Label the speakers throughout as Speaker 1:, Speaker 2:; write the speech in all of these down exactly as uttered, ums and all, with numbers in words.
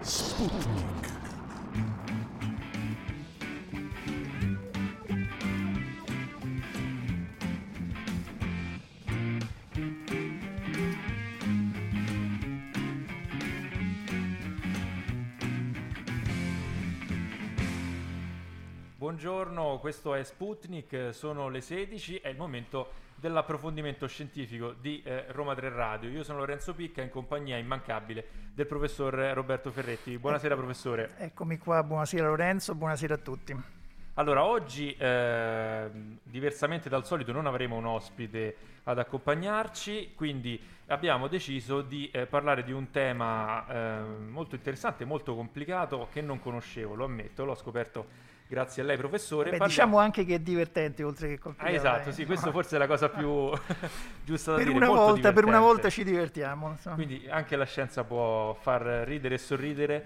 Speaker 1: Sputnik.
Speaker 2: Buongiorno, questo è Sputnik, sono le sedici, è il momento dell'approfondimento scientifico di eh, Roma tre Radio. Io sono Lorenzo Picca in compagnia immancabile del professor Roberto Ferretti. Buonasera professore.
Speaker 3: Eccomi qua, buonasera Lorenzo, buonasera a tutti.
Speaker 2: Allora, oggi eh, diversamente dal solito non avremo un ospite ad accompagnarci, quindi abbiamo deciso di eh, parlare di un tema eh, molto interessante, molto complicato, che non conoscevo, lo ammetto, l'ho scoperto grazie a lei professore.
Speaker 3: Beh,
Speaker 2: Parliamo...
Speaker 3: Diciamo anche che è divertente oltre che complicato.
Speaker 2: Ah, esatto,
Speaker 3: eh.
Speaker 2: sì, questo forse è la cosa più giusta da
Speaker 3: per
Speaker 2: dire.
Speaker 3: Una
Speaker 2: molto
Speaker 3: volta, per una
Speaker 2: divertente.
Speaker 3: volta ci divertiamo. Insomma.
Speaker 2: Quindi anche la scienza può far ridere e sorridere.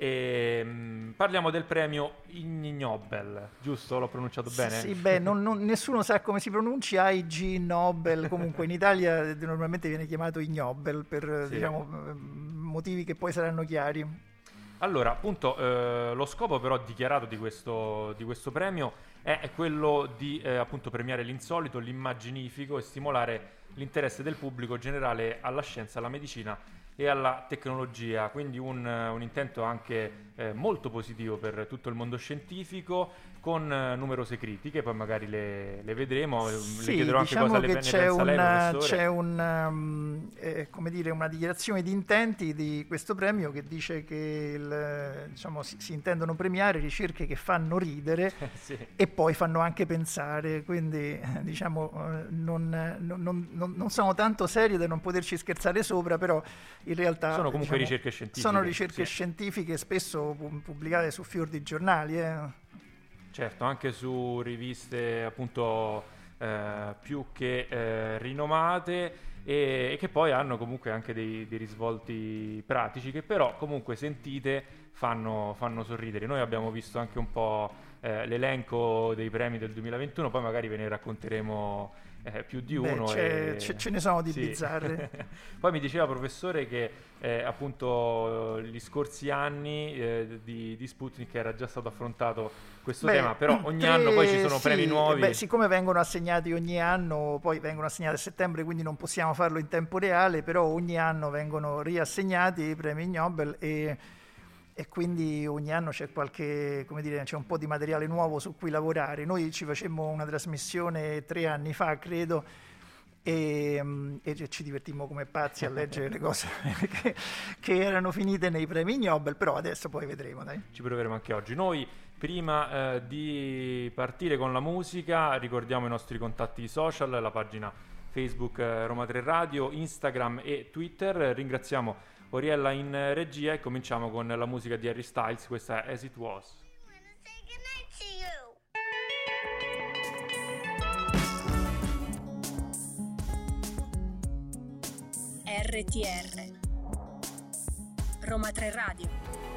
Speaker 2: E, mh, parliamo del premio Ig Nobel, giusto? L'ho pronunciato bene?
Speaker 3: Sì, beh, non, non, nessuno sa come si pronuncia I G Nobel, comunque in Italia normalmente viene chiamato Ig Nobel per
Speaker 2: Sì.
Speaker 3: diciamo, motivi che poi saranno chiari.
Speaker 2: Allora, appunto, eh, lo scopo però dichiarato di questo, di questo premio è, è quello di eh, appunto premiare l'insolito, l'immaginifico e stimolare l'interesse del pubblico generale alla scienza, alla medicina e alla tecnologia, quindi un, un intento anche eh, molto positivo per tutto il mondo scientifico, con eh, numerose critiche, poi magari le, le vedremo,
Speaker 3: Sì,
Speaker 2: le chiederò
Speaker 3: diciamo
Speaker 2: anche cosa
Speaker 3: che
Speaker 2: le, ne
Speaker 3: c'è,
Speaker 2: pensa lei,
Speaker 3: una,
Speaker 2: professore.
Speaker 3: c'è un, um, eh, come dire, una dichiarazione di intenti di questo premio che dice che il, diciamo, si, si intendono premiare ricerche che fanno ridere
Speaker 2: Sì.
Speaker 3: e poi fanno anche pensare, quindi eh, diciamo eh, non, non, non, non sono tanto serie da non poterci scherzare sopra, però in realtà
Speaker 2: Sono comunque
Speaker 3: diciamo,
Speaker 2: ricerche scientifiche.
Speaker 3: sono ricerche
Speaker 2: Sì.
Speaker 3: scientifiche spesso pu- pubblicate su fior di giornali. Eh.
Speaker 2: Certo, anche su riviste appunto eh, più che eh, rinomate e, e che poi hanno comunque anche dei, dei risvolti pratici che però comunque sentite fanno, fanno sorridere. Noi abbiamo visto anche un po' eh, l'elenco dei premi del duemilaventuno, poi magari ve ne racconteremo eh, più di
Speaker 3: Beh,
Speaker 2: uno.
Speaker 3: c'è-
Speaker 2: e...
Speaker 3: ce- ce ne sono di
Speaker 2: Sì.
Speaker 3: bizzarre.
Speaker 2: Poi mi diceva professore che eh, appunto gli scorsi anni eh, di, di Sputnik era già stato affrontato questo
Speaker 3: Beh,
Speaker 2: tema, però ogni
Speaker 3: tre-
Speaker 2: anno poi ci sono
Speaker 3: sì,
Speaker 2: premi nuovi.
Speaker 3: Beh, siccome vengono assegnati ogni anno, poi vengono assegnati a settembre, quindi non possiamo farlo in tempo reale, però ogni anno vengono riassegnati i premi Nobel e, e quindi ogni anno c'è qualche, come dire, c'è un po' di materiale nuovo su cui lavorare. Noi ci facemmo una trasmissione tre anni fa, credo, e, mm, e ci divertimmo come pazzi a leggere le cose che, che erano finite nei premi Nobel, però adesso poi vedremo, dai.
Speaker 2: Ci proveremo anche oggi. Noi prima eh, di partire con la musica ricordiamo i nostri contatti social, la pagina Facebook eh, Roma tre Radio, Instagram e Twitter. Ringraziamo Oriella in regia e cominciamo con la musica di Harry Styles, questa è As It Was.
Speaker 4: R T R Roma tre Radio.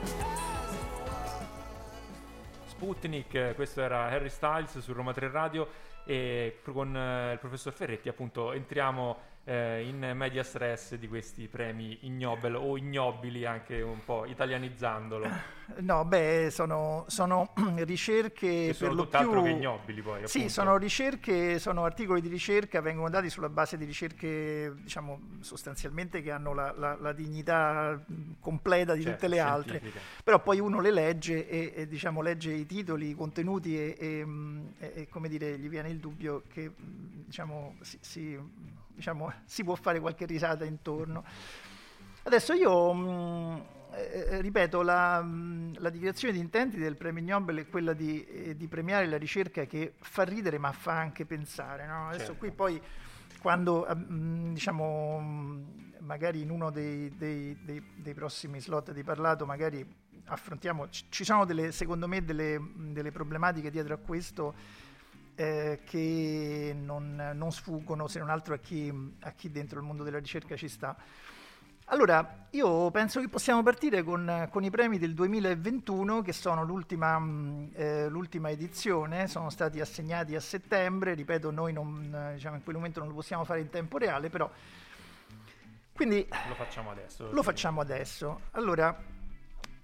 Speaker 2: Sputnik, questo era Harry Styles su Roma tre Radio e con eh, il professor Ferretti appunto entriamo eh, in medias res di questi premi Ignobel o ignobili, anche un po' italianizzandolo.
Speaker 3: No, beh, sono, sono ricerche
Speaker 2: Che
Speaker 3: per
Speaker 2: sono
Speaker 3: lo
Speaker 2: tutt'altro
Speaker 3: più...
Speaker 2: che ignobili poi,
Speaker 3: Sì,
Speaker 2: appunto.
Speaker 3: sono ricerche, sono articoli di ricerca, vengono dati sulla base di ricerche, diciamo, sostanzialmente che hanno la, la- la dignità mh, completa di
Speaker 2: Certo,
Speaker 3: tutte le altre.
Speaker 2: scientifiche.
Speaker 3: Però poi uno le legge e, e, diciamo, legge i titoli, i contenuti e, e, mh, e- e, come dire, gli viene il dubbio che mh, diciamo, si, si- diciamo, si può fare qualche risata intorno. Adesso io mh, eh, ripeto, la, mh, la dichiarazione di intenti del premio Nobel è quella di, eh, di premiare la ricerca che fa ridere ma fa anche pensare, no? Adesso
Speaker 2: Certo.
Speaker 3: qui poi quando eh, mh, diciamo mh, magari in uno dei, dei- dei- dei prossimi slot di parlato magari affrontiamo, ci ci sono delle, secondo me delle, delle problematiche dietro a questo eh, che non, non sfuggono se non altro a chi, a chi dentro il mondo della ricerca ci sta. Allora, io penso che possiamo partire con, con i premi del duemilaventuno, che sono l'ultima, mh, eh, l'ultima edizione, sono stati assegnati a settembre, ripeto, noi non, eh, diciamo, in quel momento non lo possiamo fare in tempo reale, però... Quindi
Speaker 2: Lo facciamo adesso.
Speaker 3: lo facciamo adesso. Allora,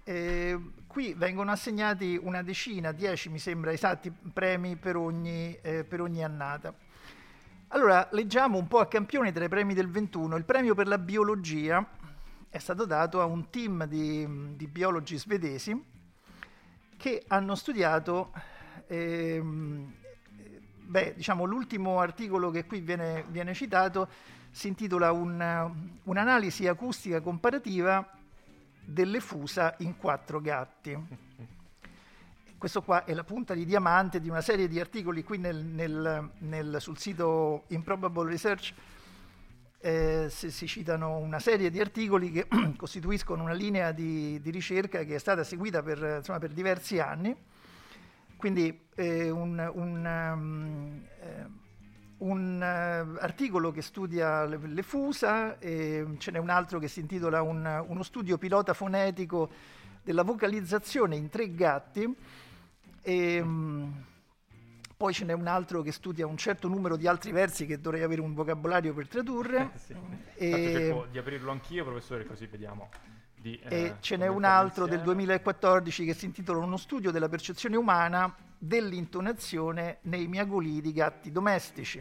Speaker 3: eh, qui vengono assegnati una decina, dieci mi sembra esatti, premi per ogni, eh, per ogni annata. Allora, leggiamo un po' a campione tra i premi del ventuno. Il premio per la biologia è stato dato a un team di, di biologi svedesi che hanno studiato, ehm, beh, diciamo, l'ultimo articolo che qui viene, viene citato si intitola un, un'analisi acustica comparativa delle fusa in quattro gatti. Questo qua è la punta di diamante di una serie di articoli qui nel, nel, nel, sul sito Improbable Research. Eh, si, si citano una serie di articoli che costituiscono una linea di, di ricerca che è stata seguita per, insomma, per diversi anni. Quindi eh, un, un, um, eh, un uh, articolo che studia le, le fusa, e ce n'è un altro che si intitola un, uno studio pilota fonetico della vocalizzazione in tre gatti. E, um, poi ce n'è un altro che studia un certo numero di altri versi che dovrei avere un vocabolario per tradurre.
Speaker 2: Eh, sì.
Speaker 3: E,
Speaker 2: cerco di aprirlo anch'io, professore, così vediamo. Di,
Speaker 3: e
Speaker 2: eh,
Speaker 3: ce n'è un altro del duemilaquattordici che si intitola Uno studio della percezione umana dell'intonazione nei miagolii di gatti domestici.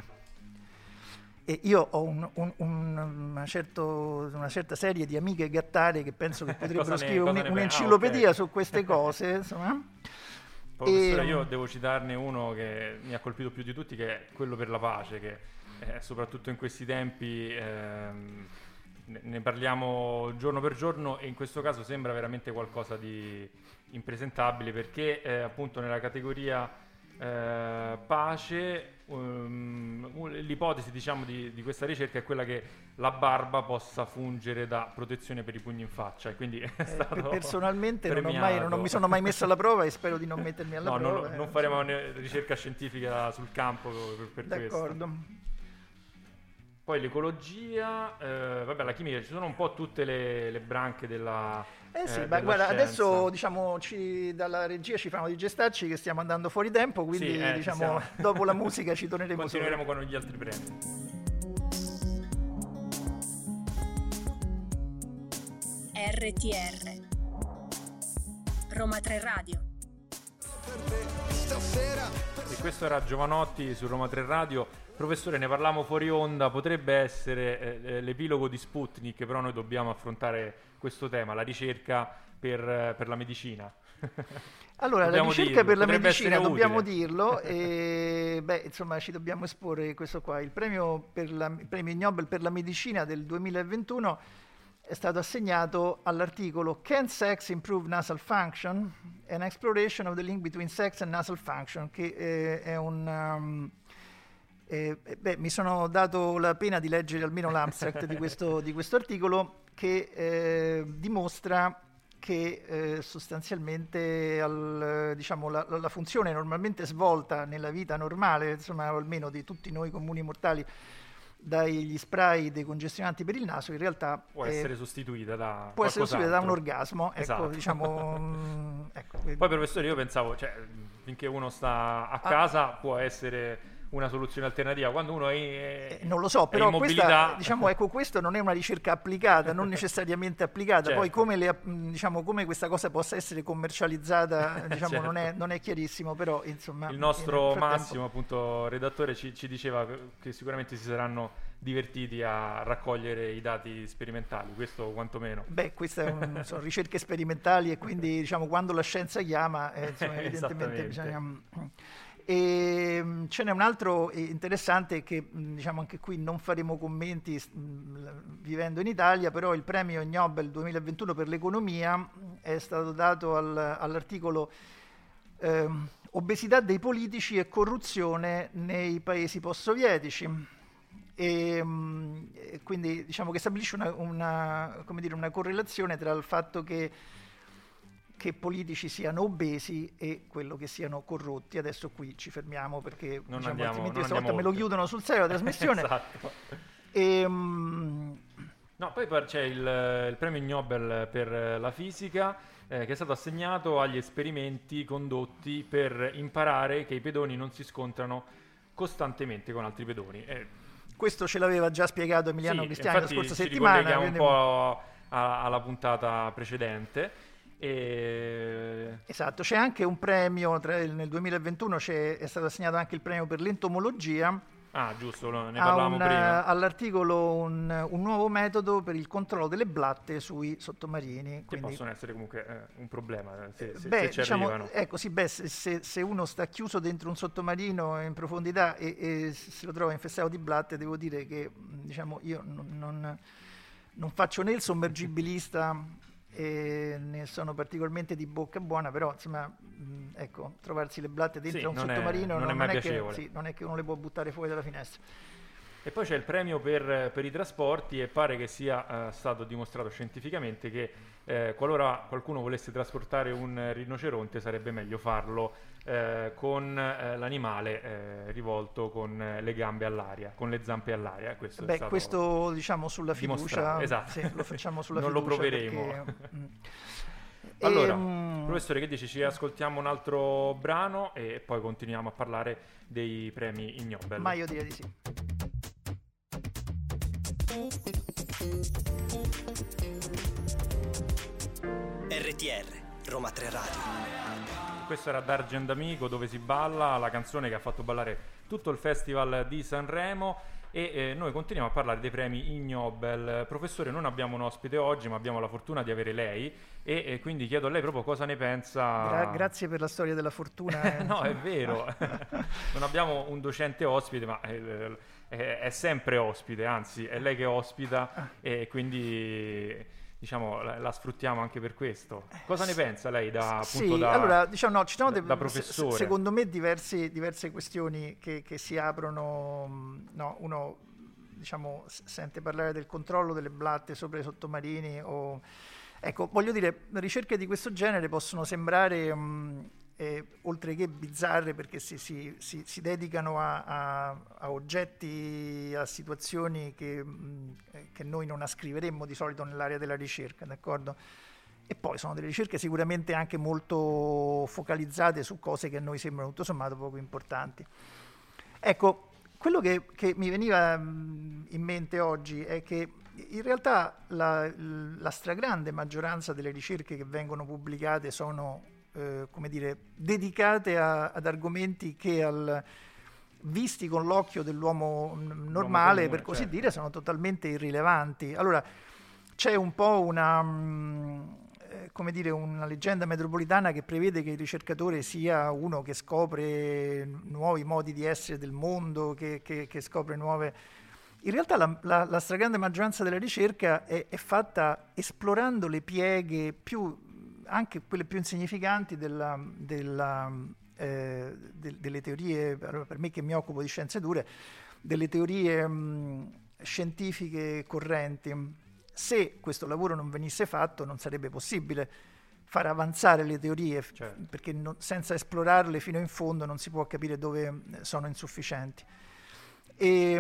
Speaker 3: E io ho un, un, un, una, certo, una certa serie di amiche gattare che penso che potrebbero scrivere un, un'enciclopedia ah, okay. su queste cose, insomma.
Speaker 2: Professore, e, io devo citarne uno che mi ha colpito più di tutti, che è quello per la pace, che eh, soprattutto in questi tempi ehm, ne, ne parliamo giorno per giorno, e in questo caso sembra veramente qualcosa di impresentabile, perché eh, appunto nella categoria eh, pace um, l'ipotesi, diciamo, di, di questa ricerca è quella che la barba possa fungere da protezione per i pugni in faccia, e quindi è
Speaker 3: eh,
Speaker 2: stato
Speaker 3: personalmente non, ho mai, non mi sono mai messo alla prova e spero di non mettermi alla
Speaker 2: no,
Speaker 3: prova.
Speaker 2: No,
Speaker 3: eh,
Speaker 2: non faremo ne- ricerca scientifica sul campo per, per
Speaker 3: D'accordo.
Speaker 2: questo. Poi l'ecologia, eh, vabbè, la chimica, ci sono un po' tutte le, le branche della
Speaker 3: Eh sì,
Speaker 2: eh,
Speaker 3: beh, guarda,
Speaker 2: scienza.
Speaker 3: Adesso diciamo ci, dalla regia ci fanno di gestarci che stiamo andando fuori tempo, quindi
Speaker 2: sì, eh,
Speaker 3: diciamo dopo la musica ci torneremo.
Speaker 2: Continueremo solo con gli altri premi.
Speaker 4: R T R Roma tre Radio.
Speaker 2: E questo era Giovanotti su Roma tre Radio. Professore, ne parlavamo fuori onda, potrebbe essere eh, l'epilogo di Sputnik, però noi dobbiamo affrontare questo tema, la ricerca per, per la medicina.
Speaker 3: Allora, la ricerca dirlo. per la potrebbe medicina, dobbiamo dirlo, e beh, insomma, ci dobbiamo esporre questo qua. Il premio, per la, il premio Nobel per la medicina del duemilaventuno è stato assegnato all'articolo Can Sex Improve Nasal Function? An Exploration of the Link Between Sex and Nasal Function, che eh, è un... Um, Eh, beh, mi sono dato la pena di leggere almeno l'abstract di questo, di questo articolo, che eh, dimostra che eh, sostanzialmente al, diciamo, la, la funzione normalmente svolta nella vita normale, insomma, almeno di tutti noi comuni mortali, dagli spray decongestionanti per il naso, in realtà
Speaker 2: può
Speaker 3: eh,
Speaker 2: essere sostituita da
Speaker 3: può essere sostituita da un orgasmo.
Speaker 2: Esatto.
Speaker 3: Ecco, diciamo, mh, ecco.
Speaker 2: Poi, professore, io pensavo, cioè, finché uno sta a casa ah. può essere una soluzione alternativa, quando uno è,
Speaker 3: eh, non lo so, però questa, diciamo, ecco, questo non è una ricerca applicata, non necessariamente applicata.
Speaker 2: Certo.
Speaker 3: Poi come, le, diciamo, come questa cosa possa essere commercializzata, diciamo, certo. non, è, non è chiarissimo, però insomma
Speaker 2: il nostro Massimo, appunto redattore, ci, ci diceva che sicuramente si saranno divertiti a raccogliere i dati sperimentali, questo quantomeno.
Speaker 3: Beh, queste un, sono ricerche sperimentali, e quindi, diciamo, quando la scienza chiama, eh, insomma, evidentemente bisogna... E ce n'è un altro interessante che, diciamo, anche qui non faremo commenti mh, vivendo in Italia, però il premio Nobel duemilaventuno per l'economia è stato dato al, all'articolo eh, Obesità dei politici e corruzione nei paesi post-sovietici. E, mh, e quindi, diciamo, che stabilisce una, una, come dire, una correlazione tra il fatto che che politici siano obesi e quello che siano corrotti. Adesso qui ci fermiamo, perché
Speaker 2: non
Speaker 3: diciamo,
Speaker 2: andiamo,
Speaker 3: altrimenti
Speaker 2: non
Speaker 3: questa volta me lo chiudono sul serio la trasmissione.
Speaker 2: Esatto.
Speaker 3: E, um...
Speaker 2: no, poi c'è il, il premio Nobel per la fisica eh, che è stato assegnato agli esperimenti condotti per imparare che i pedoni non si scontrano costantemente con altri pedoni. Eh,
Speaker 3: Questo ce l'aveva già spiegato Emiliano
Speaker 2: sì,
Speaker 3: Cristiani la scorsa
Speaker 2: ci
Speaker 3: settimana.
Speaker 2: Ci ricollega
Speaker 3: quindi...
Speaker 2: un po' a, alla puntata precedente. E...
Speaker 3: Esatto, c'è anche un premio, tra, nel duemilaventuno c'è, è stato assegnato anche il premio per l'entomologia.
Speaker 2: Ah, giusto, ne parlavamo
Speaker 3: un,
Speaker 2: prima.
Speaker 3: All'articolo un, un nuovo metodo per il controllo delle blatte sui sottomarini.
Speaker 2: Che
Speaker 3: quindi,
Speaker 2: possono essere comunque eh, un problema se, se,
Speaker 3: beh,
Speaker 2: se ci
Speaker 3: diciamo,
Speaker 2: arrivano.
Speaker 3: Ecco, sì, beh, se, se uno sta chiuso dentro un sottomarino in profondità e, e se lo trova infestato di blatte, devo dire che diciamo, io non, non, non faccio né il sommergibilista e ne sono particolarmente di bocca buona, però insomma, mh, ecco, trovarsi le blatte dentro
Speaker 2: sì,
Speaker 3: un
Speaker 2: non
Speaker 3: sottomarino
Speaker 2: è, non,
Speaker 3: non,
Speaker 2: è mai
Speaker 3: non, è
Speaker 2: piacevole.
Speaker 3: che, sì, non è che uno le può buttare fuori dalla finestra.
Speaker 2: E poi c'è il premio per, per i trasporti e pare che sia eh, stato dimostrato scientificamente che eh, qualora qualcuno volesse trasportare un rinoceronte sarebbe meglio farlo eh, con eh, l'animale eh, rivolto con le gambe all'aria, con le zampe all'aria. Questo
Speaker 3: Beh,
Speaker 2: è stato
Speaker 3: questo diciamo sulla fiducia,
Speaker 2: esatto.
Speaker 3: sì, lo facciamo sulla
Speaker 2: non
Speaker 3: fiducia.
Speaker 2: lo proveremo.
Speaker 3: Perché, mm.
Speaker 2: Allora,
Speaker 3: ehm...
Speaker 2: professore, che dici? Ci ascoltiamo un altro brano e poi continuiamo a parlare dei premi Ig Nobel.
Speaker 3: Ma io direi di sì.
Speaker 1: R T R, Roma tre Radio.
Speaker 2: Questo era D'Argent Amico, Dove si balla, la canzone che ha fatto ballare tutto il festival di Sanremo. E eh, noi continuiamo a parlare dei premi Ig Nobel. Professore, non abbiamo un ospite oggi, ma abbiamo la fortuna di avere lei e, e quindi chiedo a lei proprio cosa ne pensa.
Speaker 3: Gra- grazie per la storia della fortuna.
Speaker 2: No, è vero. Non abbiamo un docente ospite, ma è, è, è sempre ospite, anzi è lei che ospita e quindi diciamo la, la sfruttiamo anche per questo. Cosa ne pensa lei da appunto
Speaker 3: sì,
Speaker 2: da,
Speaker 3: allora, diciamo, no, ci sono
Speaker 2: da,
Speaker 3: de-
Speaker 2: da professore?
Speaker 3: Se, secondo me diversi, diverse questioni che, che si aprono. No, uno diciamo sente parlare del controllo delle blatte sopra i sottomarini o ecco, voglio dire, ricerche di questo genere possono sembrare mh, eh, oltre che bizzarre perché si, si, si, si dedicano a, a, a oggetti, a situazioni che, mh, che noi non ascriveremmo di solito nell'area della ricerca, d'accordo? E poi sono delle ricerche sicuramente anche molto focalizzate su cose che a noi sembrano tutto sommato poco importanti. Ecco, quello che, che mi veniva mh, in mente oggi è che in realtà la, la stragrande maggioranza delle ricerche che vengono pubblicate sono eh, come dire, dedicate a, ad argomenti che al, visti con l'occhio dell'uomo normale, comune, per così certo. dire, sono totalmente irrilevanti. Allora, c'è un po' una, mh, eh, come dire, una leggenda metropolitana che prevede che il ricercatore sia uno che scopre nuovi modi di essere del mondo, che, che, che scopre nuove... In realtà la, la, la stragrande maggioranza della ricerca è, è fatta esplorando le pieghe più, anche quelle più insignificanti della, della, eh, de, delle teorie, allora per me che mi occupo di scienze dure, delle teorie mh, scientifiche correnti. Se questo lavoro non venisse fatto non sarebbe possibile far avanzare le teorie, certo. perché non, senza esplorarle fino in fondo non si può capire dove sono insufficienti. E,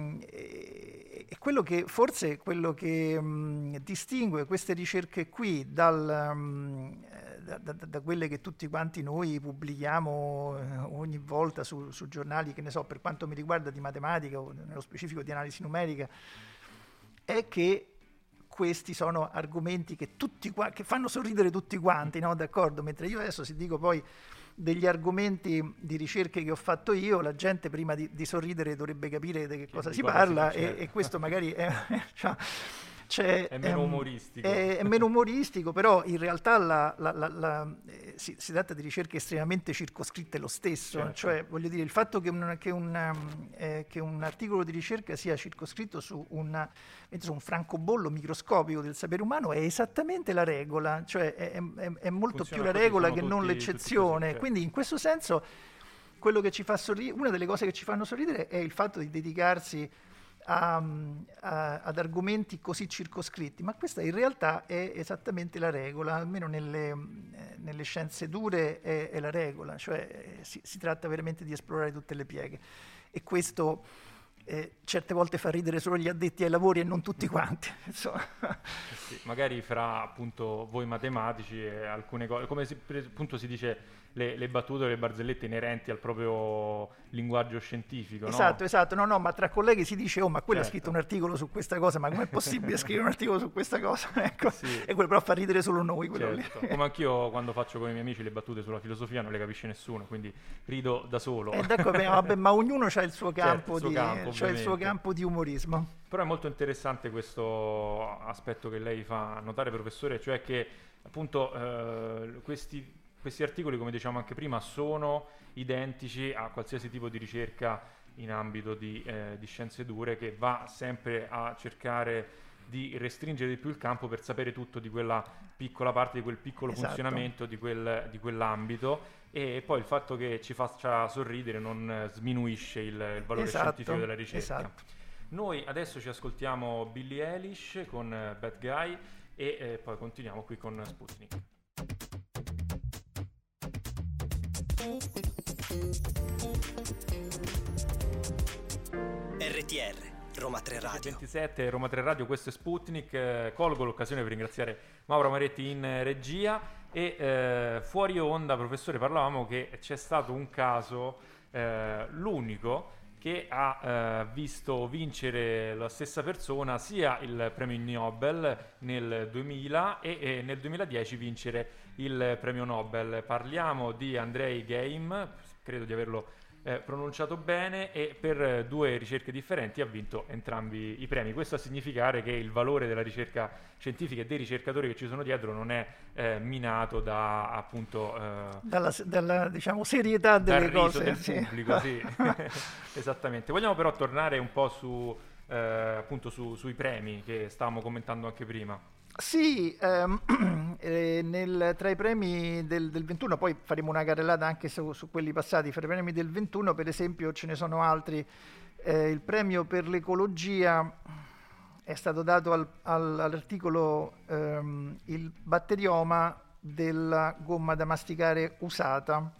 Speaker 3: e, e quello che forse quello che mh, distingue queste ricerche qui dal, mh, da, da, da quelle che tutti quanti noi pubblichiamo eh, ogni volta su, su giornali, che ne so, per quanto mi riguarda di matematica o nello specifico di analisi numerica, è che questi sono argomenti che, tutti, che fanno sorridere tutti quanti, no? D'accordo? Mentre io adesso, se dico poi degli argomenti di ricerche che ho fatto io, la gente prima di, di sorridere dovrebbe capire di che cosa di si cosa parla si e, e questo magari è, cioè, cioè,
Speaker 2: è meno umoristico.
Speaker 3: È, è meno umoristico, però in realtà la, la, la, la, eh, si, si tratta di ricerche estremamente circoscritte lo stesso, certo. Cioè voglio dire, il fatto che un, che, un, eh, che un articolo di ricerca sia circoscritto su una, su un francobollo microscopico del sapere umano è esattamente la regola, cioè è, è, è molto Funziona più la regola che tutti, non l'eccezione, così, certo. Quindi in questo senso quello che ci fa sorridere, una delle cose che ci fanno sorridere è il fatto di dedicarsi A, a, ad argomenti così circoscritti, ma questa in realtà è esattamente la regola, almeno nelle, eh, nelle scienze dure è, è la regola, cioè eh, si, si tratta veramente di esplorare tutte le pieghe e questo eh, certe volte fa ridere solo gli addetti ai lavori e non tutti quanti. Insomma.
Speaker 2: Sì, magari fra appunto voi matematici e alcune cose, come si, appunto si dice le, le battute o le barzellette inerenti al proprio linguaggio scientifico,
Speaker 3: esatto,
Speaker 2: no?
Speaker 3: esatto, no, no, ma tra colleghi si dice, oh, ma quello
Speaker 2: Certo.
Speaker 3: ha scritto un articolo su questa cosa, ma com'è possibile scrivere un articolo su questa cosa? Ecco,
Speaker 2: Sì.
Speaker 3: e quello però fa ridere solo noi, quello
Speaker 2: Certo.
Speaker 3: lì.
Speaker 2: Come anch'io quando faccio con i miei amici le battute sulla filosofia non le capisce nessuno, quindi rido da solo.
Speaker 3: Eh, d'accordo, vabbè, ma ognuno ha il suo campo,
Speaker 2: il suo
Speaker 3: di,
Speaker 2: campo,
Speaker 3: c'ha il suo
Speaker 2: ovviamente.
Speaker 3: campo di umorismo.
Speaker 2: Però è molto interessante questo aspetto che lei fa notare, professore, cioè che appunto eh, questi, questi articoli, come diciamo anche prima, sono identici a qualsiasi tipo di ricerca in ambito di, eh, di scienze dure, che va sempre a cercare di restringere di più il campo per sapere tutto di quella piccola parte, di quel piccolo
Speaker 3: Esatto.
Speaker 2: funzionamento di, quel, di quell'ambito, e poi il fatto che ci faccia sorridere non sminuisce il, il valore
Speaker 3: Esatto,
Speaker 2: scientifico della ricerca.
Speaker 3: esatto.
Speaker 2: Noi adesso ci ascoltiamo Billie Eilish con eh, Bad Guy e eh, poi continuiamo qui con Sputnik.
Speaker 1: R T R, Roma tre Radio.
Speaker 2: ventisette, Roma tre Radio, questo è Sputnik. Eh, colgo l'occasione per ringraziare Mauro Maretti in eh, regia e eh, fuori onda, professore, parlavamo che c'è stato un caso, eh, l'unico, che ha eh, visto vincere la stessa persona sia il premio Nobel nel duemila e, e nel duemiladieci vincere il premio Nobel. Parliamo di Andrei Geim, credo di averlo eh, pronunciato bene, e per eh, due ricerche differenti ha vinto entrambi i premi. Questo a significare che il valore della ricerca scientifica e dei ricercatori che ci sono dietro non è eh, minato da appunto eh,
Speaker 3: Dalla, dalla, diciamo, serietà delle
Speaker 2: dal riso
Speaker 3: cose.
Speaker 2: del
Speaker 3: sì.
Speaker 2: pubblico, sì. Esattamente. Vogliamo però tornare un po' su eh, appunto su, sui premi che stavamo commentando anche prima.
Speaker 3: Sì, ehm, eh, nel- tra i premi del, del ventuno, poi faremo una carrellata anche su, su quelli passati, fra i premi del ventuno per esempio ce ne sono altri. Eh, il premio per l'ecologia è stato dato al- al- all'articolo ehm, Il batterioma della gomma da masticare usata,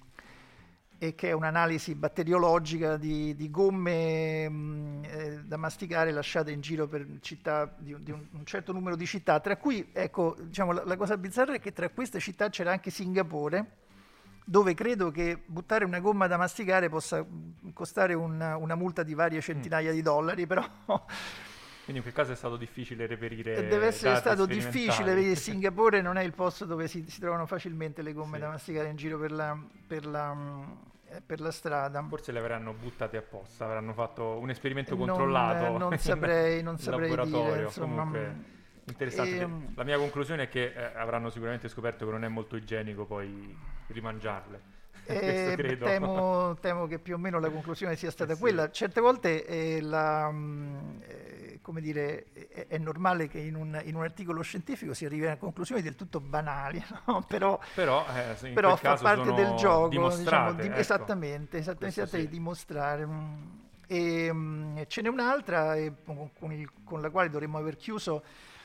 Speaker 3: e che è un'analisi batteriologica di, di gomme mh, eh, da masticare lasciate in giro per città di, un- di un, un certo numero di città, tra cui, ecco, diciamo, la, la cosa bizzarra è che tra queste città c'era anche Singapore, dove credo che buttare una gomma da masticare possa mh, costare una, una multa di varie centinaia di dollari, però
Speaker 2: Quindi in quel caso è stato difficile reperire
Speaker 3: deve essere
Speaker 2: dati
Speaker 3: stato
Speaker 2: sperimentali.
Speaker 3: difficile, perché Singapore non è il posto dove si, si trovano facilmente le gomme
Speaker 2: Sì.
Speaker 3: da masticare in giro per la, per la, mh, eh, per la strada.
Speaker 2: Forse le avranno buttate apposta, avranno fatto un esperimento
Speaker 3: Non-
Speaker 2: controllato
Speaker 3: non
Speaker 2: in-
Speaker 3: saprei- non
Speaker 2: in
Speaker 3: saprei dire,
Speaker 2: laboratorio.
Speaker 3: insomma.
Speaker 2: Comunque interessante.
Speaker 3: Ehm,
Speaker 2: La mia conclusione è che eh, avranno sicuramente scoperto che non è molto igienico poi rimangiarle. Questo
Speaker 3: Eh,
Speaker 2: credo.
Speaker 3: temo, temo che più o meno la conclusione sia stata
Speaker 2: Eh sì.
Speaker 3: quella. Certe volte eh, la, mh, eh, come dire, è, è normale che in un, in un articolo scientifico si arrivi a conclusioni del tutto banali, no? però,
Speaker 2: Però, eh, se in
Speaker 3: però
Speaker 2: quel
Speaker 3: fa
Speaker 2: caso
Speaker 3: parte
Speaker 2: sono
Speaker 3: del gioco,
Speaker 2: dimostrate,
Speaker 3: diciamo, di-
Speaker 2: ecco.
Speaker 3: esattamente, esattamente,
Speaker 2: Questo
Speaker 3: si tratta
Speaker 2: sì.
Speaker 3: di dimostrare. mh. E, mh, ce n'è un'altra eh, con, con il- con la quale dovremmo aver chiuso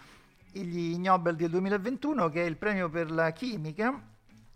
Speaker 3: gli Nobel del duemilaventuno, che è il premio per la chimica,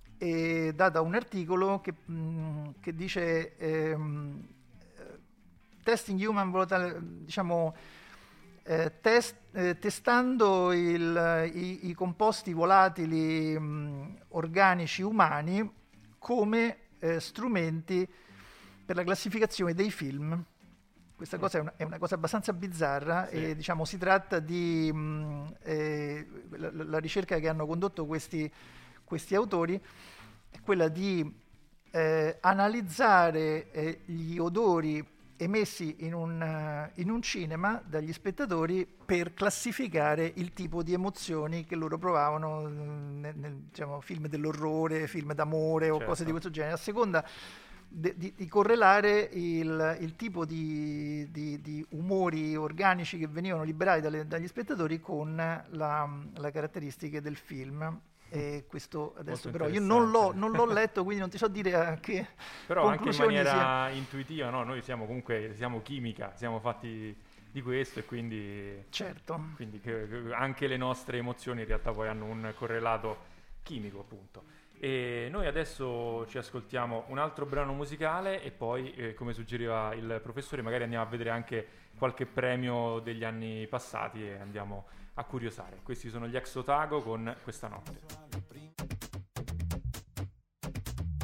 Speaker 3: e data un articolo che, mh, che dice ehm, eh, testing human volatile, diciamo eh, test- eh, testando il- i, i composti volatili mh, organici umani come eh, strumenti per la classificazione dei film. Questa cosa è una, è una cosa abbastanza bizzarra.
Speaker 2: Sì.
Speaker 3: E diciamo si tratta di mh, eh, la, la ricerca che hanno condotto questi questi autori è quella di eh, analizzare eh, gli odori emessi in un, eh, in un cinema dagli spettatori per classificare il tipo di emozioni che loro provavano mm, nel, nel, diciamo, film dell'orrore, film d'amore o
Speaker 2: Certo.
Speaker 3: cose di questo genere, a seconda de- di, di correlare il, il tipo di, di- di umori organici che venivano liberati dalle- dagli spettatori con la, la caratteristiche del film. E questo adesso
Speaker 2: Molto
Speaker 3: però io non l'ho,
Speaker 2: interessante.
Speaker 3: non l'ho letto, quindi non ti so dire a che
Speaker 2: Però anche in
Speaker 3: conclusioni sia.
Speaker 2: maniera intuitiva, no? Noi siamo comunque siamo chimica, siamo fatti di questo e quindi,
Speaker 3: Certo.
Speaker 2: quindi che- che anche le nostre emozioni in realtà poi hanno un correlato chimico, appunto. E noi adesso ci ascoltiamo un altro brano musicale e poi, eh, come suggeriva il professore, magari andiamo a vedere anche qualche premio degli anni passati e andiamo a curiosare. Questi sono gli Ex Otago con Questa notte.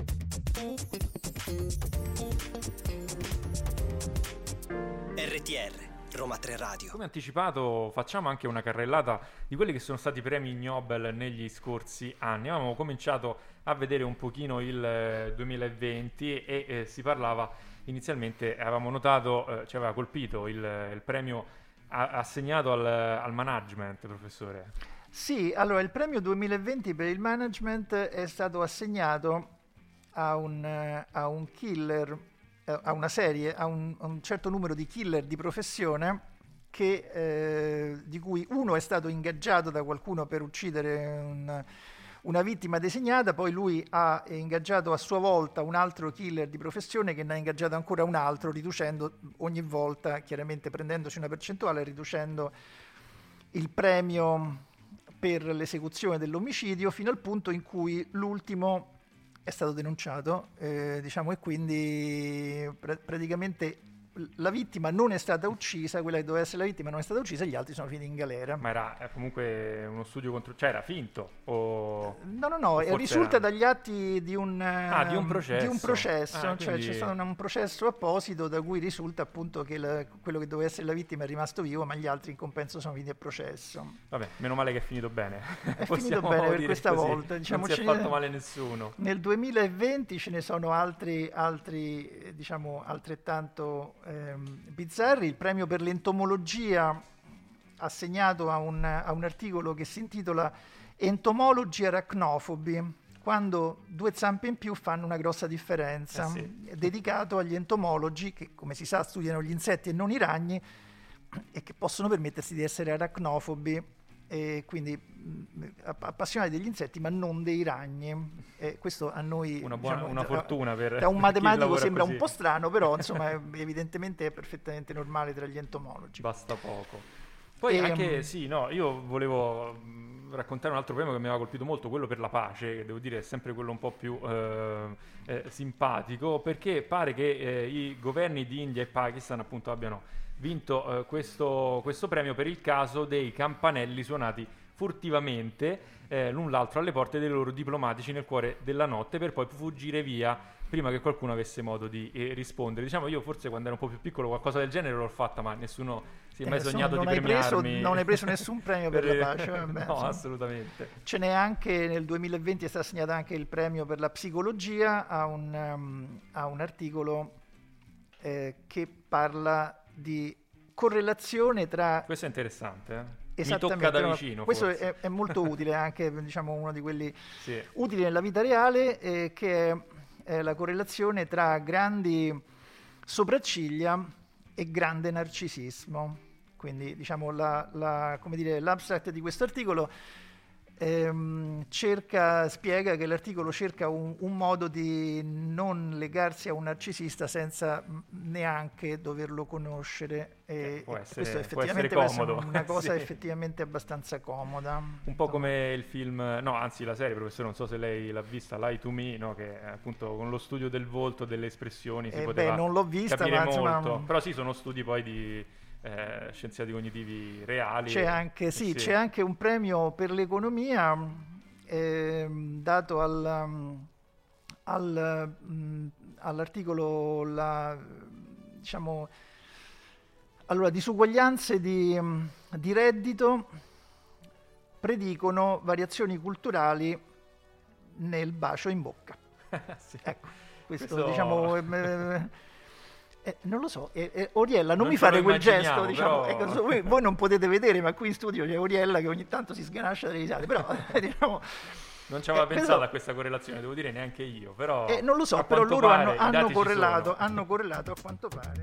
Speaker 1: R T R Roma tre Radio.
Speaker 2: Come anticipato, facciamo anche una carrellata di quelli che sono stati i premi Nobel negli scorsi anni. Avevamo cominciato a vedere un pochino il duemilaventi e eh, si parlava inizialmente, avevamo notato, eh, ci aveva colpito il, il premio a, assegnato al, al management, professore.
Speaker 3: Sì, allora il premio duemilaventi per il management è stato assegnato a un, a un killer, a una serie, a un, a un certo numero di killer di professione che, eh, di cui uno è stato ingaggiato da qualcuno per uccidere un, una vittima designata, poi lui ha ingaggiato a sua volta un altro killer di professione che ne ha ingaggiato ancora un altro, riducendo ogni volta, chiaramente prendendosi una percentuale, riducendo il premio per l'esecuzione dell'omicidio fino al punto in cui l'ultimo è stato denunciato, eh, diciamo, e quindi pr- praticamente la vittima non è stata uccisa, quella che doveva essere la vittima non è stata uccisa, e gli altri sono finiti in galera.
Speaker 2: Ma era eh, comunque uno studio contro... cioè era finto? O...
Speaker 3: No, no, no, risulta era... dagli atti di un,
Speaker 2: ah, di un processo,
Speaker 3: di un processo.
Speaker 2: Ah,
Speaker 3: cioè
Speaker 2: quindi...
Speaker 3: c'è stato un, un processo apposito da cui risulta appunto che la, quello che doveva essere la vittima è rimasto vivo, ma gli altri in compenso sono finiti a processo.
Speaker 2: Vabbè, meno male che è finito bene.
Speaker 3: È finito bene per questa
Speaker 2: così.
Speaker 3: volta. Diciamo,
Speaker 2: non si è fatto male nessuno.
Speaker 3: Nel duemilaventi ce ne sono altri, altri diciamo, altrettanto ehm, bizzarri. Il premio per l'entomologia assegnato a un, a un articolo che si intitola Entomologi arachnofobi, quando due zampe in più fanno una grossa differenza.
Speaker 2: Eh sì.
Speaker 3: È dedicato agli entomologi che, come si sa, studiano gli insetti e non i ragni e che possono permettersi di essere arachnofobi, e quindi mh, appassionati degli insetti ma non dei ragni. E questo a noi
Speaker 2: una, buona,
Speaker 3: diciamo,
Speaker 2: una fortuna per
Speaker 3: da un matematico sembra
Speaker 2: così.
Speaker 3: Un po' strano, però insomma evidentemente è perfettamente normale tra gli entomologi.
Speaker 2: Basta poco. Poi
Speaker 3: e,
Speaker 2: anche, sì, no, io volevo mh, raccontare un altro premio che mi aveva colpito molto, quello per la pace, che devo dire è sempre quello un po' più eh, eh, simpatico, perché pare che eh, i governi di India e Pakistan appunto abbiano vinto eh, questo, questo premio per il caso dei campanelli suonati furtivamente eh, l'un l'altro alle porte dei loro diplomatici nel cuore della notte per poi fuggire via prima che qualcuno avesse modo di eh, rispondere. Diciamo, io forse quando ero un po' più piccolo qualcosa del genere l'ho fatta, ma nessuno si è mai
Speaker 3: eh,
Speaker 2: sognato
Speaker 3: non
Speaker 2: di
Speaker 3: hai preso,
Speaker 2: premiarmi.
Speaker 3: non hai preso nessun premio per, per la pace. Vabbè,
Speaker 2: no,
Speaker 3: insomma.
Speaker 2: assolutamente.
Speaker 3: Ce n'è anche nel duemilaventi, è stato assegnato anche il premio per la psicologia a un, um, a un articolo eh, che parla di correlazione tra...
Speaker 2: Questo è interessante, eh? Mi
Speaker 3: Esattamente,
Speaker 2: tocca da
Speaker 3: no,
Speaker 2: vicino.
Speaker 3: questo
Speaker 2: forse.
Speaker 3: è, è molto utile, anche diciamo uno di quelli
Speaker 2: sì.
Speaker 3: utili nella vita reale, eh, che è, è la correlazione tra grandi sopracciglia e grande narcisismo. Quindi diciamo la, la, come dire, l'abstract di questo articolo ehm, cerca, spiega che l'articolo cerca un, un modo di non legarsi a un narcisista senza neanche doverlo conoscere, e,
Speaker 2: può
Speaker 3: e
Speaker 2: essere,
Speaker 3: questo
Speaker 2: può
Speaker 3: effettivamente
Speaker 2: essere
Speaker 3: può
Speaker 2: comodo.
Speaker 3: essere una cosa
Speaker 2: sì.
Speaker 3: effettivamente abbastanza comoda.
Speaker 2: Un po' come il film, no, anzi la serie, professore, non so se lei l'ha vista, Lie to Me, no, che appunto con lo studio del volto, delle espressioni si
Speaker 3: eh
Speaker 2: poteva
Speaker 3: beh, non l'ho vista,
Speaker 2: capire
Speaker 3: ma
Speaker 2: molto.
Speaker 3: insomma,
Speaker 2: Però sì, sono studi poi di eh, scienziati cognitivi reali.
Speaker 3: C'è
Speaker 2: e,
Speaker 3: anche,
Speaker 2: eh,
Speaker 3: sì,
Speaker 2: sì.
Speaker 3: c'è anche un premio per l'economia eh, dato al, al, mh, all'articolo la, diciamo, allora, disuguaglianze di, di reddito predicono variazioni culturali nel bacio in bocca.
Speaker 2: sì.
Speaker 3: Ecco, questo,
Speaker 2: Questo...
Speaker 3: diciamo... Eh, eh, non lo so, eh, eh, Oriella, non,
Speaker 2: Non
Speaker 3: mi
Speaker 2: ce lo
Speaker 3: fare quel gesto,
Speaker 2: immaginiamo,
Speaker 3: diciamo,
Speaker 2: però-
Speaker 3: ecco, so- voi, voi non potete vedere, ma qui in studio c'è Oriella che ogni tanto si sganascia dalle risate, però diciamo...
Speaker 2: Non ci aveva
Speaker 3: eh,
Speaker 2: pensato
Speaker 3: però-
Speaker 2: a questa correlazione, devo dire neanche io, però...
Speaker 3: eh, non lo so,
Speaker 2: a
Speaker 3: però
Speaker 2: quanto
Speaker 3: loro
Speaker 2: pare
Speaker 3: hanno,
Speaker 2: i
Speaker 3: hanno
Speaker 2: dati ci
Speaker 3: correlato,
Speaker 2: sono.
Speaker 3: hanno correlato a quanto pare.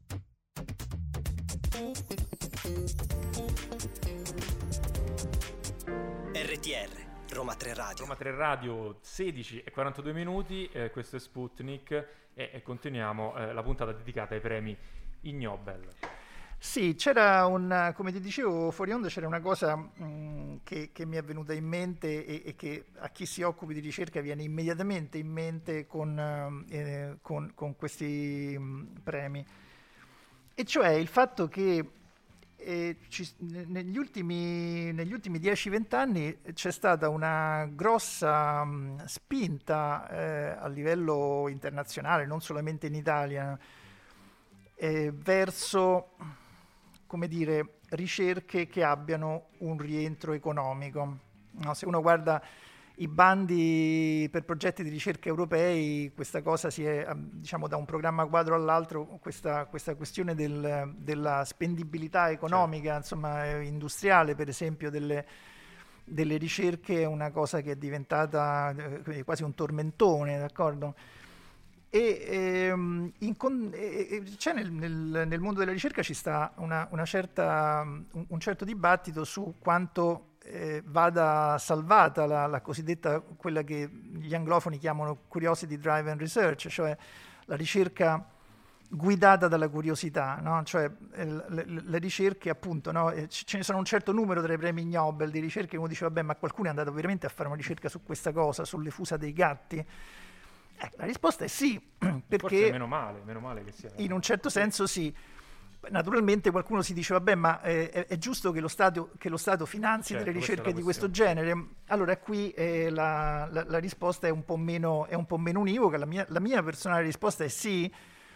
Speaker 1: R T R Roma tre Radio.
Speaker 2: Roma tre Radio, sedici e quarantadue minuti, eh, questo è Sputnik e, e continuiamo eh, la puntata dedicata ai premi Ig Nobel.
Speaker 3: Sì, c'era un, come ti dicevo fuori onda, c'era una cosa mh, che, che mi è venuta in mente e, e che a chi si occupi di ricerca viene immediatamente in mente con, eh, con, con questi mh, premi, e cioè il fatto che e ci, negli ultimi negli ultimi dieci venti anni c'è stata una grossa mh, spinta eh, a livello internazionale, non solamente in Italia, eh, verso, come dire, ricerche che abbiano un rientro economico. No, se uno guarda i bandi per progetti di ricerca europei, questa cosa si è, diciamo, da un programma quadro all'altro, questa, questa questione del, della spendibilità economica, certo. insomma, industriale, per esempio, delle, delle ricerche, è una cosa che è diventata eh, quasi un tormentone, d'accordo? E, ehm, in con, e, c'è nel, nel, nel mondo della ricerca ci sta una, una certa, un, un certo dibattito su quanto Eh, vada salvata la, la cosiddetta, quella che gli anglofoni chiamano curiosity driven research, cioè la ricerca guidata dalla curiosità, no? Cioè eh, le, le ricerche, appunto, no? eh, ce ne sono un certo numero tra i premi Nobel di ricerche che uno dice vabbè, ma qualcuno è andato veramente a fare una ricerca su questa cosa, sulle fusa dei gatti? Eh, la risposta è sì, perché
Speaker 2: forse meno male, meno male che sia.
Speaker 3: In un certo senso sì. Naturalmente qualcuno si dice vabbè, ma eh, è, è giusto che lo Stato, che lo Stato finanzi
Speaker 2: certo,
Speaker 3: delle ricerche di questo
Speaker 2: questione.
Speaker 3: genere? Allora qui eh, la, la, la risposta è un po' meno, è un po' meno univoca. La mia, la mia personale risposta è sì,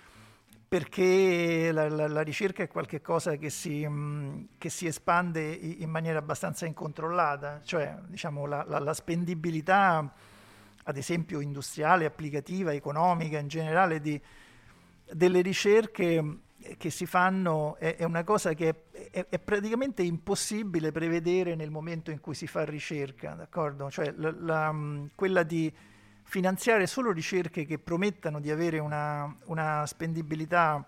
Speaker 3: perché la, la, la ricerca è qualcosa che si, mh, che si espande in maniera abbastanza incontrollata, cioè diciamo la, la, la spendibilità, ad esempio industriale, applicativa, economica in generale di, delle ricerche che si fanno è, è una cosa che è, è, è praticamente impossibile prevedere nel momento in cui si fa ricerca, d'accordo? Cioè la, la, quella di finanziare solo ricerche che promettano di avere una, una spendibilità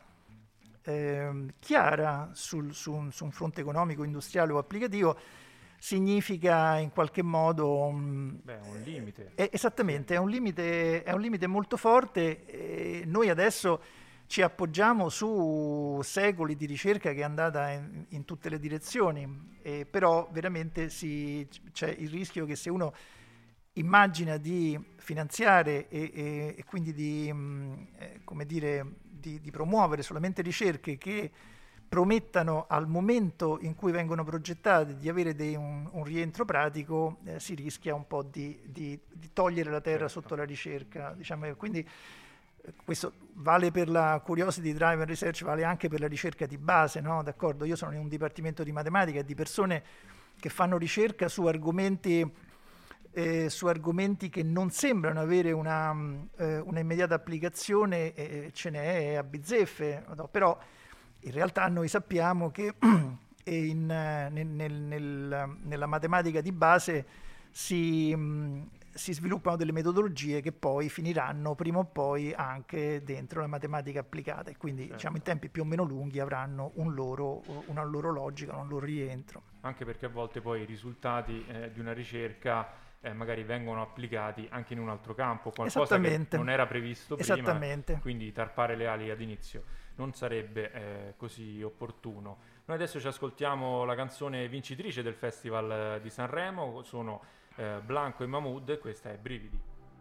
Speaker 3: eh, chiara sul, su, un, su un fronte economico, industriale o applicativo significa in qualche modo
Speaker 2: Beh, un limite.
Speaker 3: È, esattamente, è un limite, è un limite molto forte. E noi adesso ci appoggiamo su secoli di ricerca che è andata in, in tutte le direzioni, eh, però veramente si, c'è il rischio che se uno immagina di finanziare e, e, e quindi di, mh, eh, come dire, di, di promuovere solamente ricerche che promettano al momento in cui vengono progettate di avere dei, un, un rientro pratico, eh, si rischia un po' di, di, di togliere la terra
Speaker 2: certo.
Speaker 3: sotto la ricerca, diciamo, quindi questo vale per la curiosity driven research, vale anche per la ricerca di base, no? D'accordo? Io sono in un dipartimento di matematica e di persone che fanno ricerca su argomenti, eh, su argomenti che non sembrano avere una, eh, una immediata applicazione, eh, ce n'è a bizzeffe, no? Però in realtà noi sappiamo che in, nel, nel, nel, nella matematica di base si... Mh, si sviluppano delle metodologie che poi finiranno prima o poi anche dentro la matematica applicata e quindi certo. diciamo in tempi più o meno lunghi avranno un loro, una loro logica, un loro rientro.
Speaker 2: Anche perché a volte poi i risultati eh, di una ricerca eh, magari vengono applicati anche in un altro campo, qualcosa che non era previsto prima, quindi tarpare le ali ad inizio non sarebbe eh, così opportuno. Noi adesso ci ascoltiamo la canzone vincitrice del Festival di Sanremo, sono Eh, Blanco e Mahmood, e questa è Brividi.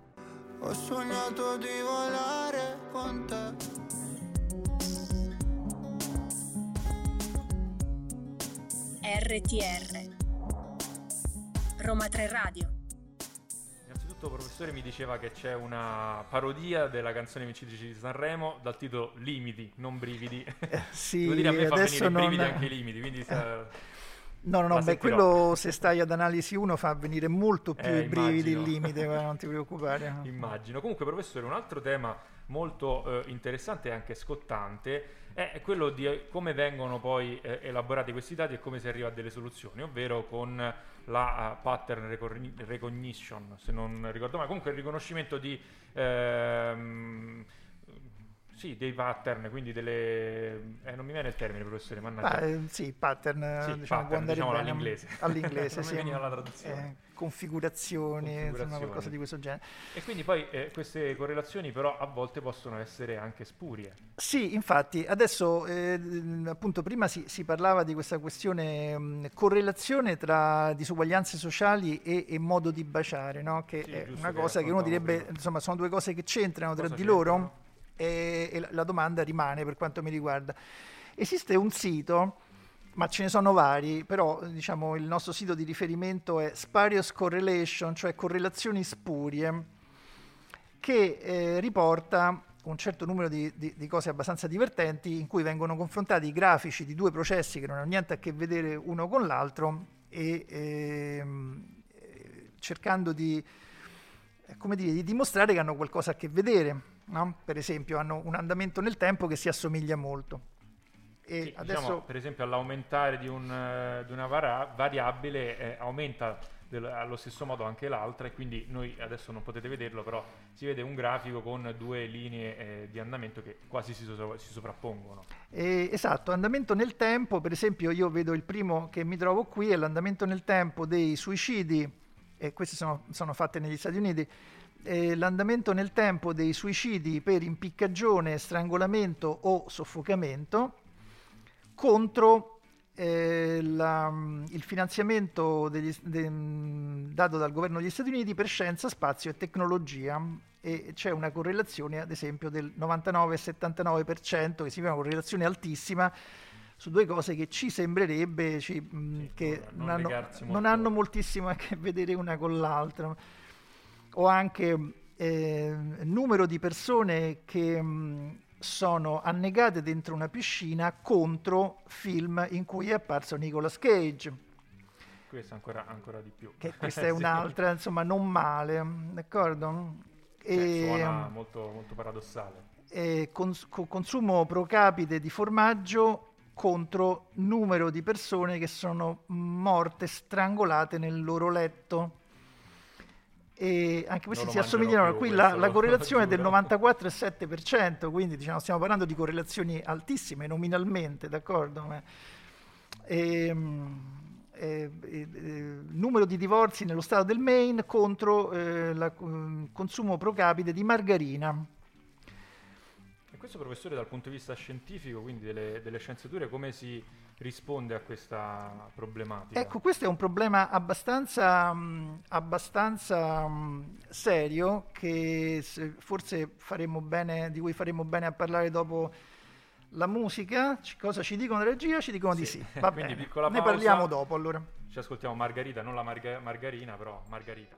Speaker 5: Ho sognato di volare con te.
Speaker 4: R T R Roma tre Radio.
Speaker 2: Innanzitutto, professore, mi diceva che c'è una parodia della canzone vincitrice di Sanremo dal titolo Limiti, non Brividi.
Speaker 3: Eh, sì,
Speaker 2: devo dire, a me fa venire i brividi
Speaker 3: non...
Speaker 2: anche i limiti, quindi sa...
Speaker 3: No, no, no, beh, quello se stai ad analisi uno fa venire molto più
Speaker 2: eh,
Speaker 3: i brividi
Speaker 2: immagino.
Speaker 3: il limite, non ti preoccupare.
Speaker 2: Immagino. Comunque, professore, un altro tema molto eh, interessante e anche scottante è quello di come vengono poi eh, elaborati questi dati e come si arriva a delle soluzioni, ovvero con la uh, pattern recognition, se non ricordo male, comunque il riconoscimento di... Ehm, Sì, dei pattern, quindi delle... Eh, non mi viene il termine, professore, mannaggia.
Speaker 3: Ah, eh, sì, pattern,
Speaker 2: sì,
Speaker 3: diciamo,
Speaker 2: pattern, diciamo
Speaker 3: bene
Speaker 2: all'inglese.
Speaker 3: All'inglese,
Speaker 2: non
Speaker 3: sì.
Speaker 2: mi veniva la traduzione.
Speaker 3: Eh, configurazioni,
Speaker 2: configurazioni,
Speaker 3: insomma, qualcosa di questo genere.
Speaker 2: E quindi poi eh, queste correlazioni però a volte possono essere anche spurie.
Speaker 3: Sì, infatti, adesso eh, appunto prima si, si parlava di questa questione mh, correlazione tra disuguaglianze sociali e, e modo di baciare, no? Che
Speaker 2: sì,
Speaker 3: è
Speaker 2: giusto,
Speaker 3: una
Speaker 2: che
Speaker 3: cosa che uno direbbe,
Speaker 2: prima.
Speaker 3: insomma, sono due cose che c'entrano
Speaker 2: Cosa
Speaker 3: tra di
Speaker 2: c'entrano?
Speaker 3: loro. E, e la domanda rimane per quanto mi riguarda. Esiste un sito ma ce ne sono vari, però diciamo il nostro sito di riferimento è Spurious Correlation, cioè correlazioni spurie, che eh, riporta un certo numero di, di, di cose abbastanza divertenti in cui vengono confrontati i grafici di due processi che non hanno niente a che vedere uno con l'altro e ehm, cercando di, come dire, di dimostrare che hanno qualcosa a che vedere, no? Per esempio hanno un andamento nel tempo che si assomiglia molto. E
Speaker 2: sì,
Speaker 3: adesso
Speaker 2: diciamo, per esempio all'aumentare di, un, uh, di una vara- variabile eh, aumenta del, allo stesso modo anche l'altra, e quindi noi adesso non potete vederlo, però si vede un grafico con due linee eh, di andamento che quasi si, so- si sovrappongono.
Speaker 3: Eh, esatto, andamento nel tempo, per esempio io vedo il primo che mi trovo qui, è l'andamento nel tempo dei suicidi, e queste sono, sono fatte negli Stati Uniti, eh, l'andamento nel tempo dei suicidi per impiccagione, strangolamento o soffocamento contro eh, la, il finanziamento degli, de, dato dal governo degli Stati Uniti per scienza, spazio e tecnologia, e c'è una correlazione ad esempio del novantanove virgola settantanove per cento, che significa una correlazione altissima su due cose che ci sembrerebbe ci, mh,
Speaker 2: Sì,
Speaker 3: che
Speaker 2: non,
Speaker 3: non,
Speaker 2: non,
Speaker 3: hanno,
Speaker 2: molto.
Speaker 3: non hanno moltissimo a che vedere una con l'altra. O anche eh, numero di persone che mh, sono annegate dentro una piscina contro film in cui è apparso Nicolas Cage.
Speaker 2: Questo ancora, ancora di più.
Speaker 3: Che questa è un'altra, sì. Insomma, non male, d'accordo?
Speaker 2: E, suona molto, molto paradossale.
Speaker 3: E cons- consumo pro capite di formaggio contro numero di persone che sono morte strangolate nel loro letto. E anche questi
Speaker 2: non
Speaker 3: si assomigliano. Qui la, la correlazione è del
Speaker 2: giuro.
Speaker 3: novantaquattro virgola sette per cento, quindi diciamo, stiamo parlando di correlazioni altissime nominalmente, d'accordo? Ma, ehm, eh, eh, eh, numero di divorzi nello stato del Maine contro il eh, consumo pro capite di margarina.
Speaker 2: E questo, professore, dal punto di vista scientifico, quindi delle, delle scienziature, come si risponde a questa problematica?
Speaker 3: Ecco, questo è un problema abbastanza, mh, abbastanza mh, serio, che forse faremo bene, di cui faremo bene a parlare dopo la musica. C- cosa ci dicono la regia? Ci dicono
Speaker 2: sì.
Speaker 3: di sì. Va
Speaker 2: Quindi
Speaker 3: bene,
Speaker 2: piccola
Speaker 3: ne
Speaker 2: pausa.
Speaker 3: parliamo dopo allora.
Speaker 2: Ci ascoltiamo Margarita, non la marga- margarina, però Margarita.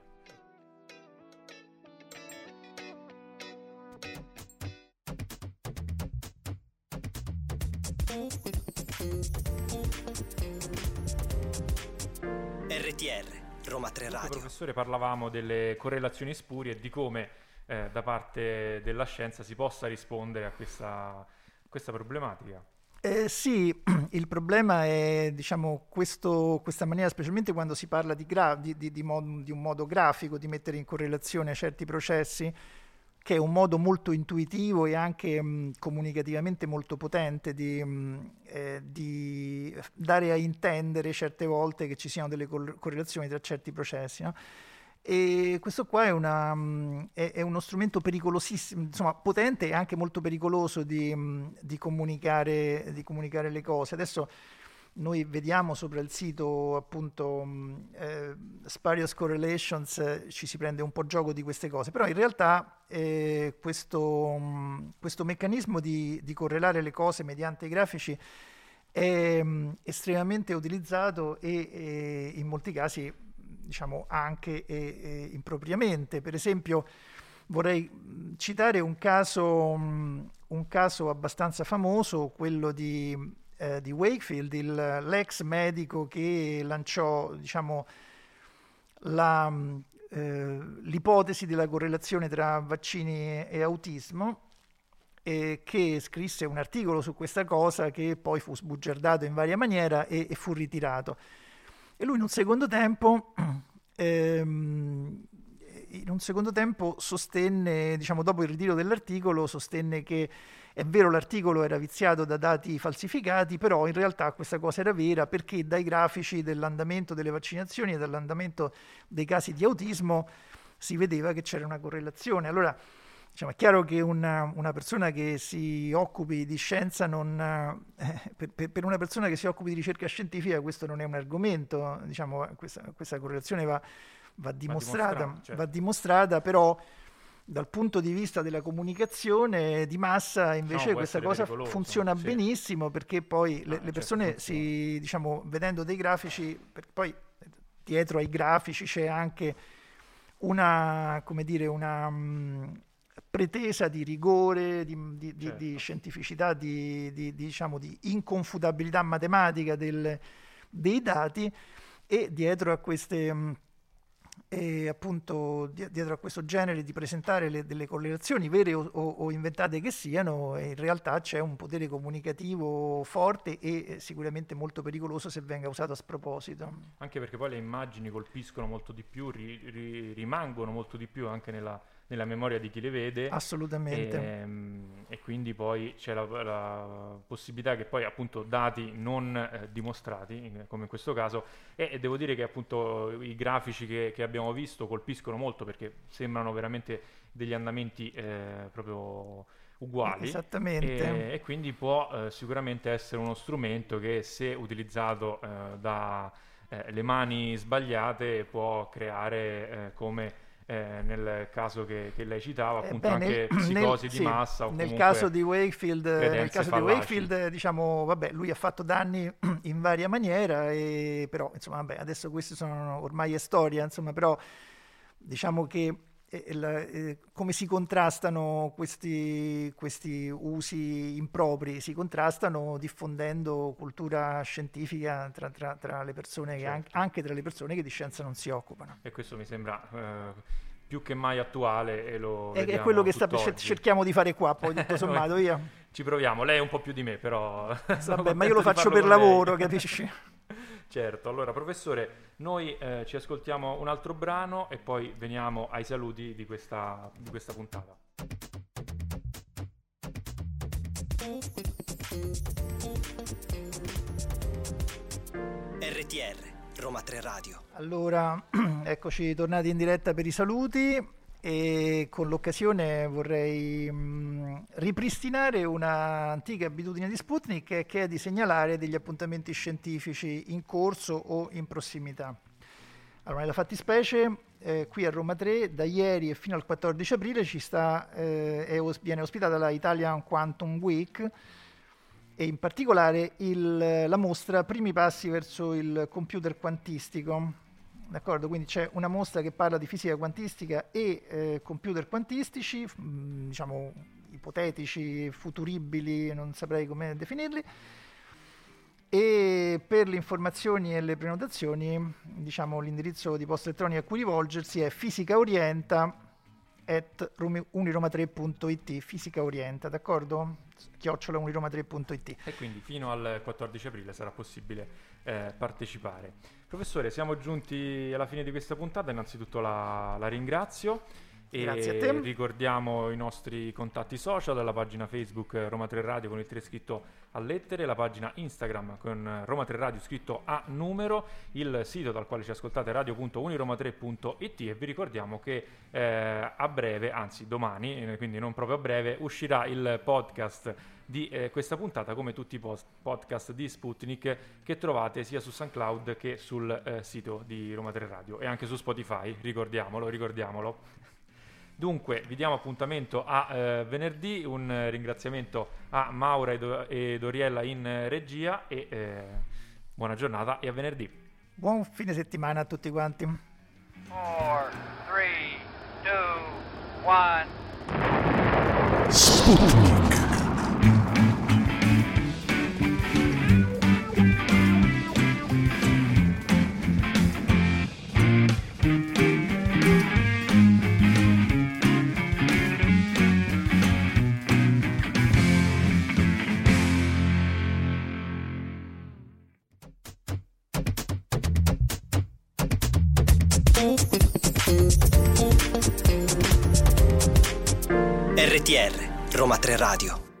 Speaker 1: R T R, Roma tre Radio.
Speaker 2: Professore, parlavamo delle correlazioni spurie e di come eh, da parte della scienza si possa rispondere a questa, questa problematica.
Speaker 3: Eh, sì, il problema è, diciamo, questo, questa maniera, specialmente quando si parla di, gra- di, di, di, mod- di un modo grafico, di mettere in correlazione certi processi, che è un modo molto intuitivo e anche mh, comunicativamente molto potente di, mh, eh, di dare a intendere certe volte che ci siano delle cor- correlazioni tra certi processi, no? E questo qua è, una, mh, è, è uno strumento pericolosissimo, insomma potente e anche molto pericoloso di, mh, di, comunicare, di comunicare le cose. Adesso noi vediamo sopra il sito appunto eh, Spurious Correlations, eh, ci si prende un po' gioco di queste cose, però in realtà eh, questo, mh, questo meccanismo di, di correlare le cose mediante i grafici è mh, estremamente utilizzato e, e in molti casi diciamo anche e, e impropriamente. Per esempio vorrei citare un caso, mh, un caso abbastanza famoso, quello di di Wakefield, il, l'ex medico che lanciò, diciamo, la, eh, l'ipotesi della correlazione tra vaccini e autismo, e che scrisse un articolo su questa cosa che poi fu sbugiardato in varia maniera e, e fu ritirato. E lui in un secondo tempo ehm, in un secondo tempo sostenne, diciamo dopo il ritiro dell'articolo, sostenne che è vero, l'articolo era viziato da dati falsificati, però in realtà questa cosa era vera, perché dai grafici dell'andamento delle vaccinazioni e dall'andamento dei casi di autismo si vedeva che c'era una correlazione. Allora, diciamo, è chiaro che una, una persona che si occupi di scienza, non, eh, per, per una persona che si occupi di ricerca scientifica questo non è un argomento, diciamo, questa, questa correlazione va, va dimostrata, va dimostrata, certo. va dimostrata, però dal punto di vista della comunicazione di massa invece
Speaker 2: no,
Speaker 3: questa cosa funziona
Speaker 2: sì.
Speaker 3: benissimo, perché poi le,
Speaker 2: ah,
Speaker 3: le persone
Speaker 2: certo,
Speaker 3: si, diciamo, vedendo dei grafici, poi dietro ai grafici c'è anche una, come dire, una mh, pretesa di rigore, di, di,
Speaker 2: certo.
Speaker 3: di, di scientificità, di, di, di, diciamo, di inconfutabilità matematica del, dei dati, e dietro a queste mh, e appunto dietro a questo genere di presentare le, delle correlazioni vere o, o, o inventate che siano, in realtà c'è un potere comunicativo forte e sicuramente molto pericoloso se venga usato a sproposito.
Speaker 2: Anche perché poi le immagini colpiscono molto di più, ri, ri, rimangono molto di più anche nella, nella memoria di chi le vede.
Speaker 3: Assolutamente.
Speaker 2: E, e quindi poi c'è la, la possibilità che poi appunto dati non eh, dimostrati, come in questo caso, e, e devo dire che appunto i grafici che, che abbiamo visto colpiscono molto, perché sembrano veramente degli andamenti eh, proprio uguali.
Speaker 3: Esattamente.
Speaker 2: E, e quindi può eh, sicuramente essere uno strumento che, se utilizzato eh, da eh, le mani sbagliate, può creare eh, come Eh, nel caso che, che lei citava, appunto,
Speaker 3: eh beh,
Speaker 2: anche
Speaker 3: nel,
Speaker 2: psicosi
Speaker 3: nel,
Speaker 2: di
Speaker 3: sì,
Speaker 2: massa o
Speaker 3: nel caso di Wakefield, nel caso di
Speaker 2: fallaci.
Speaker 3: Wakefield diciamo, vabbè, lui ha fatto danni in varia maniera, e però insomma, vabbè, adesso queste sono ormai è storia, insomma, però diciamo che eh, la, eh, come si contrastano questi, questi usi impropri? Si contrastano diffondendo cultura scientifica tra, tra, tra le persone,
Speaker 2: certo.
Speaker 3: che anche, anche tra le persone che di scienza non si occupano.
Speaker 2: E questo mi sembra eh, più che mai attuale, e lo
Speaker 3: è, è quello che sta, cerchiamo di fare qua, poi tutto sommato io
Speaker 2: ci proviamo, lei è un po' più di me, però
Speaker 3: vabbè, ma io lo faccio per lavoro, capisci?
Speaker 2: Certo. Allora, professore, noi eh, ci ascoltiamo un altro brano e poi veniamo ai saluti di questa, di questa puntata.
Speaker 1: R T R, Roma tre Radio.
Speaker 3: Allora, eccoci tornati in diretta per i saluti, e con l'occasione vorrei mh, ripristinare una antica abitudine di Sputnik, che, che è di segnalare degli appuntamenti scientifici in corso o in prossimità. Allora, nella fattispecie, eh, qui a Roma tre, da ieri e fino al quattordici aprile ci sta, eh, è os- viene ospitata la Italian Quantum Week, e in particolare il, la mostra Primi passi verso il computer quantistico. D'accordo? Quindi c'è una mostra che parla di fisica quantistica e eh, computer quantistici, mh, diciamo ipotetici, futuribili, non saprei come definirli. E per le informazioni e le prenotazioni, diciamo, l'indirizzo di posta elettronica a cui rivolgersi è fisicaorienta at uniroma tre punto it, fisicaorienta, d'accordo? chiocciola uniroma tre punto it.
Speaker 2: E quindi fino al quattordici aprile sarà possibile eh, partecipare. Professore, siamo giunti alla fine di questa puntata, innanzitutto la, la ringrazio. E
Speaker 3: grazie a te.
Speaker 2: Ricordiamo i nostri contatti social, la pagina Facebook Roma tre Radio con il tre scritto a lettere, la pagina Instagram con Roma tre Radio scritto a numero, il sito dal quale ci ascoltate radio punto uniroma tre punto it, e vi ricordiamo che eh, a breve, anzi domani, quindi non proprio a breve, uscirà il podcast di eh, questa puntata, come tutti i post- podcast di Sputnik che trovate sia su SoundCloud che sul eh, sito di Roma tre Radio, e anche su Spotify, ricordiamolo, ricordiamolo. Dunque, vi diamo appuntamento a eh, venerdì, un eh, ringraziamento a Maura ed, ed Oriella in eh, regia, e eh, buona giornata e a venerdì.
Speaker 3: Buon fine settimana a tutti quanti.
Speaker 6: four, three, two, one.
Speaker 7: Sputnik.
Speaker 1: R T R, Roma tre Radio.